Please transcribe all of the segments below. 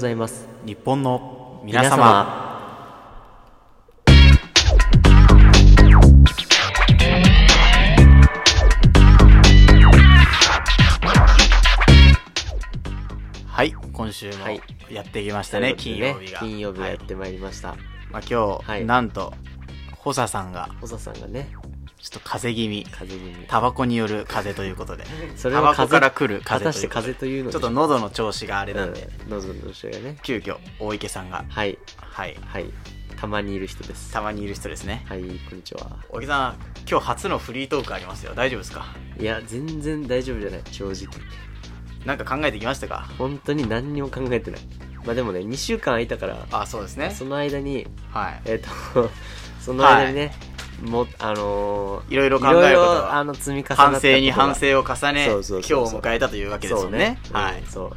ざいます。 日本の皆様。はい、今週もやってきましたね、金曜日が。 金曜日がやってまいりました。 まあ、今日、なんと、補佐さんがね、ちょっと風邪気味。タバコによる風邪ということで。 それはタバコから来る風邪というのちょっと喉の調子があれなんで。 喉の調子がね。 急遽、大池さんが。 はい。たまにいる人です。 たまにいる人ですね。 はい、こんにちは。 大池さん、今日初のフリートークありますよ。大丈夫ですか？ いや、全然大丈夫じゃない、正直。 なんか考えてきましたか？ 本当に何にも考えてない。まあでもね、2週間空いたから。 あ、そうですね。 その間に、 はい。 その間にね、もう、 いろいろ考えることが積み重なったことが反省を重ね、 今日を迎えたというわけですもんね。はい。 そう。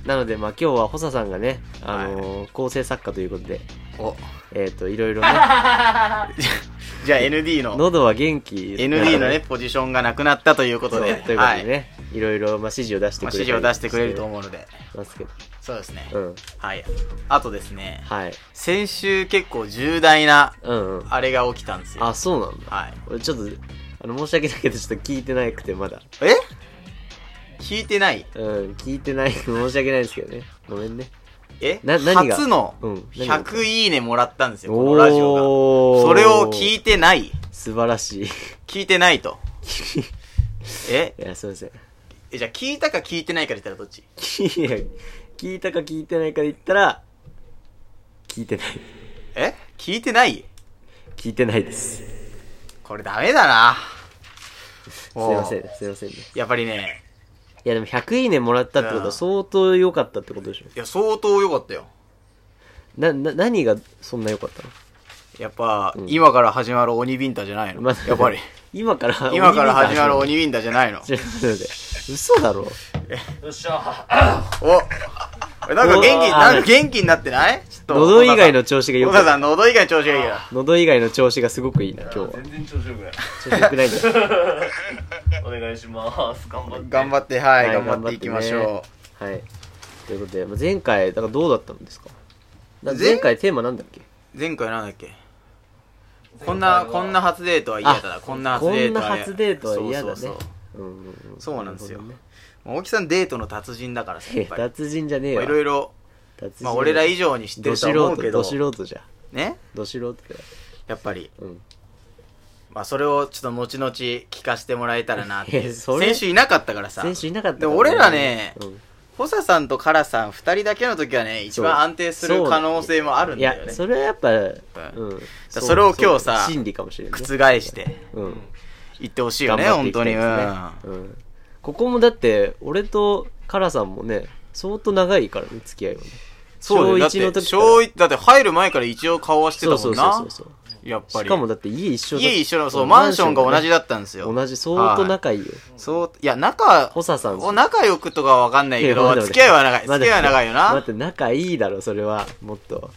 なので、まあ今日は補佐さんがね、構成作家ということで、いろいろね。 じゃあ ND の。 喉は元気。 ND のね、ポジションがなくなったということで。 ということでね、いろいろ指示を出してくれる。 指示を出してくれると思うので。 ますけど。 そうですね。 うん。 はい。あとですね。 はい。 先週結構重大な、あれが起きたんですよ。 あ、そうなんだ。 はい。 俺ちょっと、申し訳ないけど、ちょっと聞いてなくて、まだ。 聞いてない？ 聞いてない。申し訳ないですけどね。ごめんね。 何が初の100いいねもらったんですよ、このラジオが。それを聞いてない。 素晴らしい。 聞いてないと。 いや、すいません。 じゃあ聞いたか聞いてないかで言ったらどっち？ 聞いたか聞いてないかで言ったら、聞いてない。 聞いてない？ 聞いてないです。 これダメだな。 すいませんね。 やっぱりね。 いやでも100いいねもらったってことは相当良かったってことでしょ？ いや、相当良かったよ。 何がそんな良かったの？ やっぱ、今から始まる鬼ビンタじゃないの？やっぱり。 今から始まる鬼ビンタじゃないの？ 嘘だろ。よっしゃ。なんか元気になってない？ 喉以外の調子が良くない。 さん、喉以外の調子がいいよ。 喉以外の調子がすごくいいな、今日は。 全然調子良くない。 調子良くないんだ。 お願いします。 頑張って、はい、頑張っていきましょう。はい。ということで、前回、だからどうだったんですか？前回テーマなんだっけ？ 前回なんだっけ？こんな初デートは嫌だな。こんな初デートは嫌だね。そうなんですよ。大木さんデートの達人だからさ。 達人じゃねえよ。 いろいろ、まあ俺ら以上に知ってると思うけど。 ど素人じゃ。 ね？ ど素人だよ。 やっぱり。まあそれをちょっと後々聞かせてもらえたらなって。先週いなかったからさ。でも俺らね、補佐さんとカラさん2人だけの時はね、一番安定する可能性もあるんだよね。 いや、それはやっぱ、 それを今日さ、 真理かもしれない。 覆して、言ってほしいよね、本当に。 ここもだって、俺とカラさんもね、相当長いからね、付き合いはね。 そうだよ。だって入る前から一応顔はしてたもんな。やっぱり。 しかもだって家一緒の、そう、マンションが同じだったんですよ。 同じ、相当仲いいよ。 いや、仲良くとかはわかんないけど、付き合いは長い。付き合いは長いよな。 待って、仲いいだろ、それは。もっと。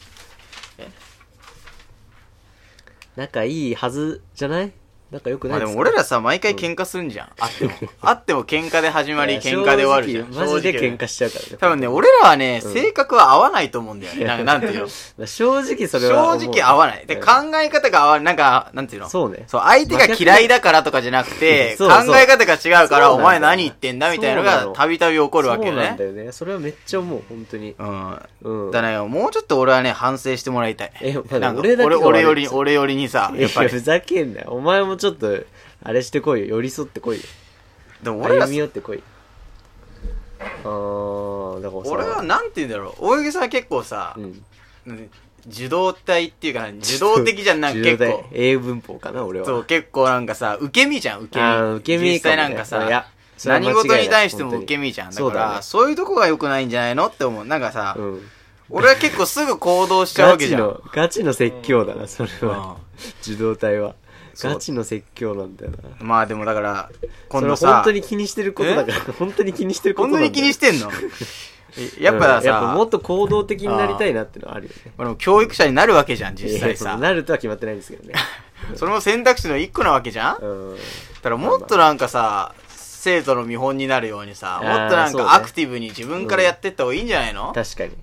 仲いいはずじゃない？仲良くないですか？ でも俺らさ、毎回喧嘩するんじゃん。あっても喧嘩で始まり、喧嘩で終わるじゃん。 マジで喧嘩しちゃうからね。 多分ね、俺らはね、性格は合わないと思うんだよね。なんていうの？ 正直それは。 正直合わない。で、考え方が合わない。なんていうの？ そうね。 そう、相手が嫌いだからとかじゃなくて、考え方が違うから、お前何言ってんだみたいなのがたびたび起こるわけよね。 そうなんだよね。それはめっちゃ思う、本当に。 だね、もうちょっと俺はね、反省してもらいたい。俺よりにさ、やっぱり。 ふざけんなよ。お前もちょっと、あれしてこいよ。寄り添ってこいよ。 でも俺ら歩み寄ってこい。だから俺はなんて言うんだろう。大池さんは結構さ、受動体っていうか受動的じゃん、なんか結構。 英文法かな、俺は。 そう、結構なんかさ、受け身じゃん、受け身。 受け身実際なんかさ、何事に対しても受け身じゃん。だから、そういうとこが良くないんじゃないのって思う。なんかさ、俺は結構すぐ行動しちゃうわけじゃん。 ガチの説教だな、それは。受動体は。ガチの説教なんだよな。 まあでもだから、今度さ。 本当に気にしてることだから、本当に気にしてることなんだよ。 本当に気にしてんの？やっぱさ、 やっぱもっと行動的になりたいなってのはあるよね。 俺も教育者になるわけじゃん、実際さ。 なるとは決まってないんですけどね。 それも選択肢の一個なわけじゃん？だからもっとなんかさ、生徒の見本になるようにさ、もっとなんかアクティブに自分からやってった方がいいんじゃないの？ 確かに。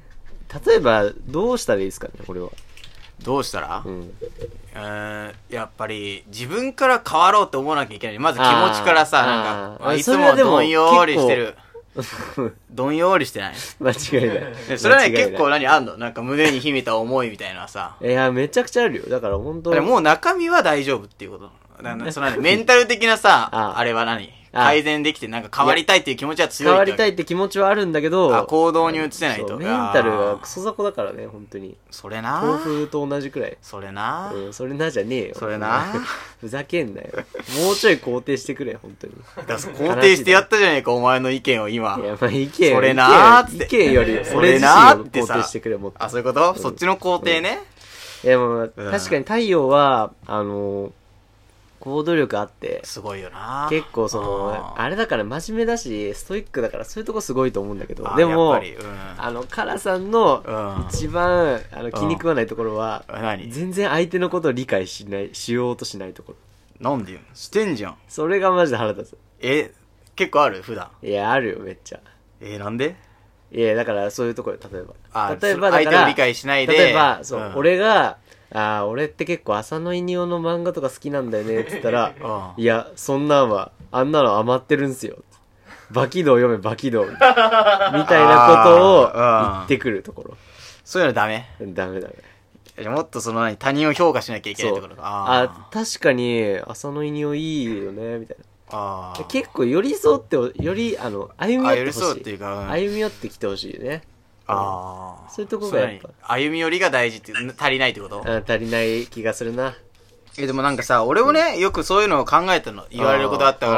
例えばどうしたらいいですかね、これは。 どうしたら、やっぱり自分から変わろうって思わなきゃいけない。まず気持ちからさ、なんか、いつもどんよりしてる。どんよりしてない間違いない。 それはね、結構あんのなんか胸に秘めた思いみたいなさ。 いや、めちゃくちゃあるよ。だから本当もう中身は大丈夫っていうこと。そのメンタル的なさ、あれは改善できてなんか変わりたいっていう気持ちは強い。 変わりたいって気持ちはあるんだけど、 行動に移せないと。 メンタルがクソ雑魚だからね、本当に。 それな。 豆腐と同じくらい。 それな。 それなじゃねえよ。 それな。 ふざけんなよ。もうちょい肯定してくれ、本当に。 肯定してやったじゃねえか、お前の意見を今。 いや、まあ意見。 それなーって。 意見より、 それなーって肯定してくれ、もっと。 そういうこと、そっちの肯定ね。 いや、もう、確かに太陽は、行動力あって。 すごいよな。 結構あれだから真面目だし、ストイックだからそういうとこすごいと思うんだけど、でも、カラさんの一番気に食わないところは、全然相手のことを理解しようとしないところ。なんでよ。してんじゃん。 それがマジで腹立つ。 結構ある普段。 いや、あるよ、めっちゃ。 なんで？ いや、だからそういうところ、例えば。 例えば、相手を理解しないで。 例えば、俺が、俺って結構浅野稲夫の漫画とか好きなんだよねって言ったら、いや、そんなんは、あんなの余ってるんすよ。バキ道読め、バキ道。みたいなことを言ってくるところ。 そういうのダメ？ ダメ。 もっと他人を評価しなきゃいけないところか。 確かに、浅野稲夫いいよね、みたいな。結構寄り添って、より、歩み寄ってほしい。歩み寄ってきてほしいね。そういうとこがやっぱ歩み寄りが大事って足りないってこと？ 足りない気がするな。 でもなんかさ、俺もね、よくそういうのを考えたの、言われることあったから、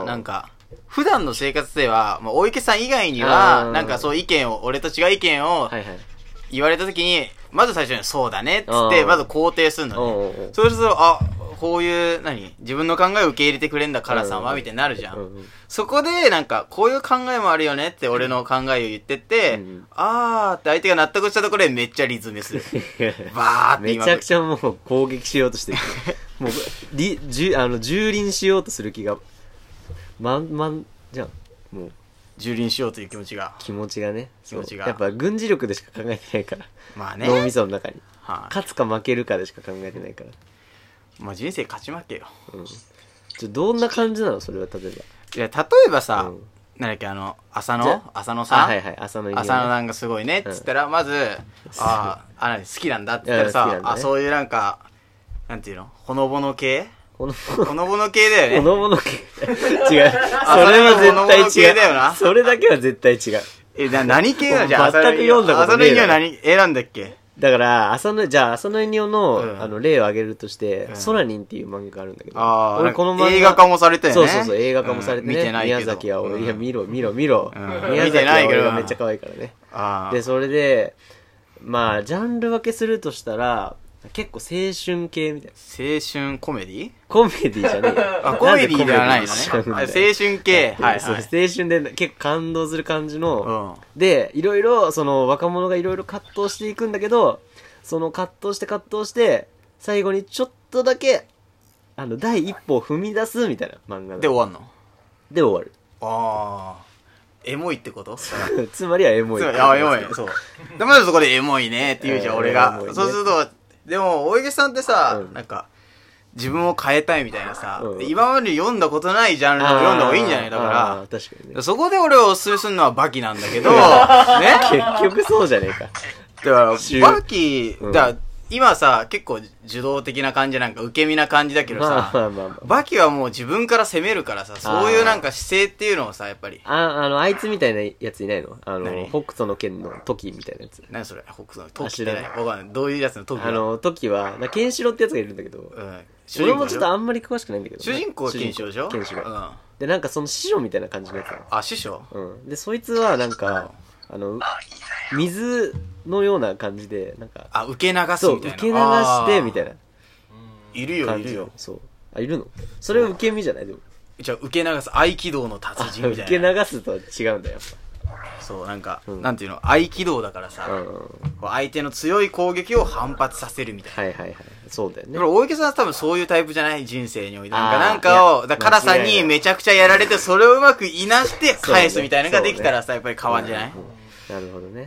なんか普段の生活では、大池さん以外にはなんかそう俺と違う意見を言われた時に、まず最初にそうだねっつってまず肯定するのね。そうするとこういう自分の考えを受け入れてくれんだカラさんはみたいになるじゃん。そこでなんかこういう考えもあるよねって俺の考えを言ってって、って相手が納得したところでめっちゃリズムする。バーってめちゃくちゃもう攻撃しようとしてる。もう蹂躙しようとする気が満じゃん。もう蹂躙しようという気持ちがね。やっぱ軍事力でしか考えてないから。まあね。脳みその中に。勝つか負けるかでしか考えてないから。 まあ人生勝ち負けよ。 どんな感じなのそれは例えば。 いや、例えばさ、なんだっけ浅野さん？浅野さんがすごいねって言ったら、まず、好きなんだって言ったらさ、そういうなんか、なんていうの？ほのぼの系？ほのぼの系だよね。 ほのぼの系。違う。それは絶対違う。だよな。それだけは絶対違う。 何系なの？じゃあ、 全く読んだことない。 浅野には何選んだっけ？ だから、浅野稲夫の、例を挙げるとして、ソラニンっていう漫画があるんだけど、 俺この漫画映画化もされてね。 そう、映画化もされてね。見てないけど。宮崎は俺、いや、見ろ。宮崎は俺がめっちゃ可愛いからね。で、それで、まあ、ジャンル分けするとしたら、結構青春系みたいな。 青春コメディ？ コメディじゃねえよ。 コメディではないのね。青春系。はい。 青春で結構感動する感じの、で、いろいろ、若者がいろいろ葛藤していくんだけど、葛藤して、最後にちょっとだけ、第一歩を踏み出すみたいな漫画で終わんの？ で終わる。 エモいってこと？ つまりはエモい。 エモい。そう。で、まずそこでエモいねって言うじゃん、俺が。そうすると、でも、大池さんってさ、なんか、自分を変えたいみたいなさ、今まで読んだことないジャンルを読んだ方がいいんじゃないだから、 確かにね。 そこで俺をおすすめするのはバキなんだけど、ね。 結局そうじゃねえか。だから、バキ、今さ、結構受動的な感じなんか受け身な感じだけどさ、バキはもう自分から攻めるからさ、そういうなんか姿勢っていうのをさ、やっぱり。 あいつみたいなやついないの？北斗の拳のトキみたいなやつ。 何それ？北斗のトキってない？わかんない。どういうやつのトキ？ トキは、ケンシロウってやつがいるんだけど、俺もちょっとあんまり詳しくないんだけど。 主人公はケンシロウでしょ？ ケンシロウ。で、なんかその師匠みたいな感じのやつなの。 師匠？ で、そいつはなんか、水のような感じで、なんか。 受け流すみたいな。 受け流してみたいな。 いるよ。 そう。いるの？それは受け身じゃない？でも。 じゃあ、受け流す、合気道の達人みたいな。受け流すと違うんだよ、やっぱ。 そう、なんか、なんていうの、合気道だからさ、相手の強い攻撃を反発させるみたいな。 そうだよね。 だから大池さんは多分そういうタイプじゃない？人生において。なんかを、カラさんにめちゃくちゃやられて、それをうまくいなして返すみたいなのができたらさ、やっぱり変わんじゃない？ なるほどね。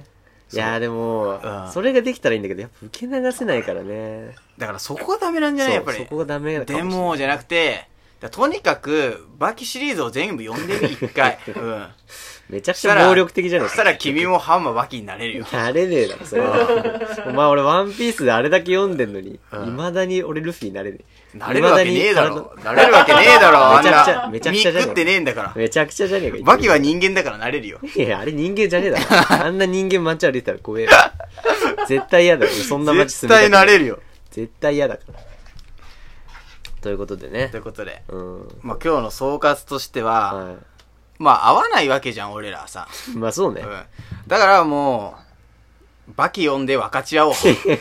いやーでも、それができたらいいんだけど、やっぱ受け流せないからね。 だからそこがダメなんじゃないやっぱり。 そこがダメだかもしれない。 でも、じゃなくて、とにかく、バキシリーズを全部読んでみ、一回。 めちゃくちゃ暴力的じゃないですか。そしたら君もハンマーバキになれるよ。 なれねえだろ、それは。お前俺ワンピースであれだけ読んでんのに、未だに俺ルフィになれねえ。 なれるわけねえだろ。なれるわけねえだろ。めちゃくちゃ、めちゃくちゃじゃねえ。食ってねえんだから。 めちゃくちゃじゃねえか。 バキは人間だからなれるよ。 いや、あれ人間じゃねえだろ。あんな人間街歩いたら怖えよ。絶対嫌だよ。そんな街住みたくない。 絶対なれるよ。 絶対嫌だから。ということでね。 ということで。まあ今日の総括としては、まあ合わないわけじゃん、俺らさ。 まあそうね。 だからもう、バキ読んで分かち合おう。そこかよ。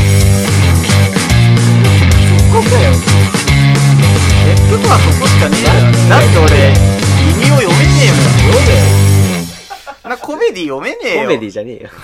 結局はそこしかねえよ。だって俺、意味を読めねえもん。読めよ。コメディ読めねえよ。 コメディじゃねえよ。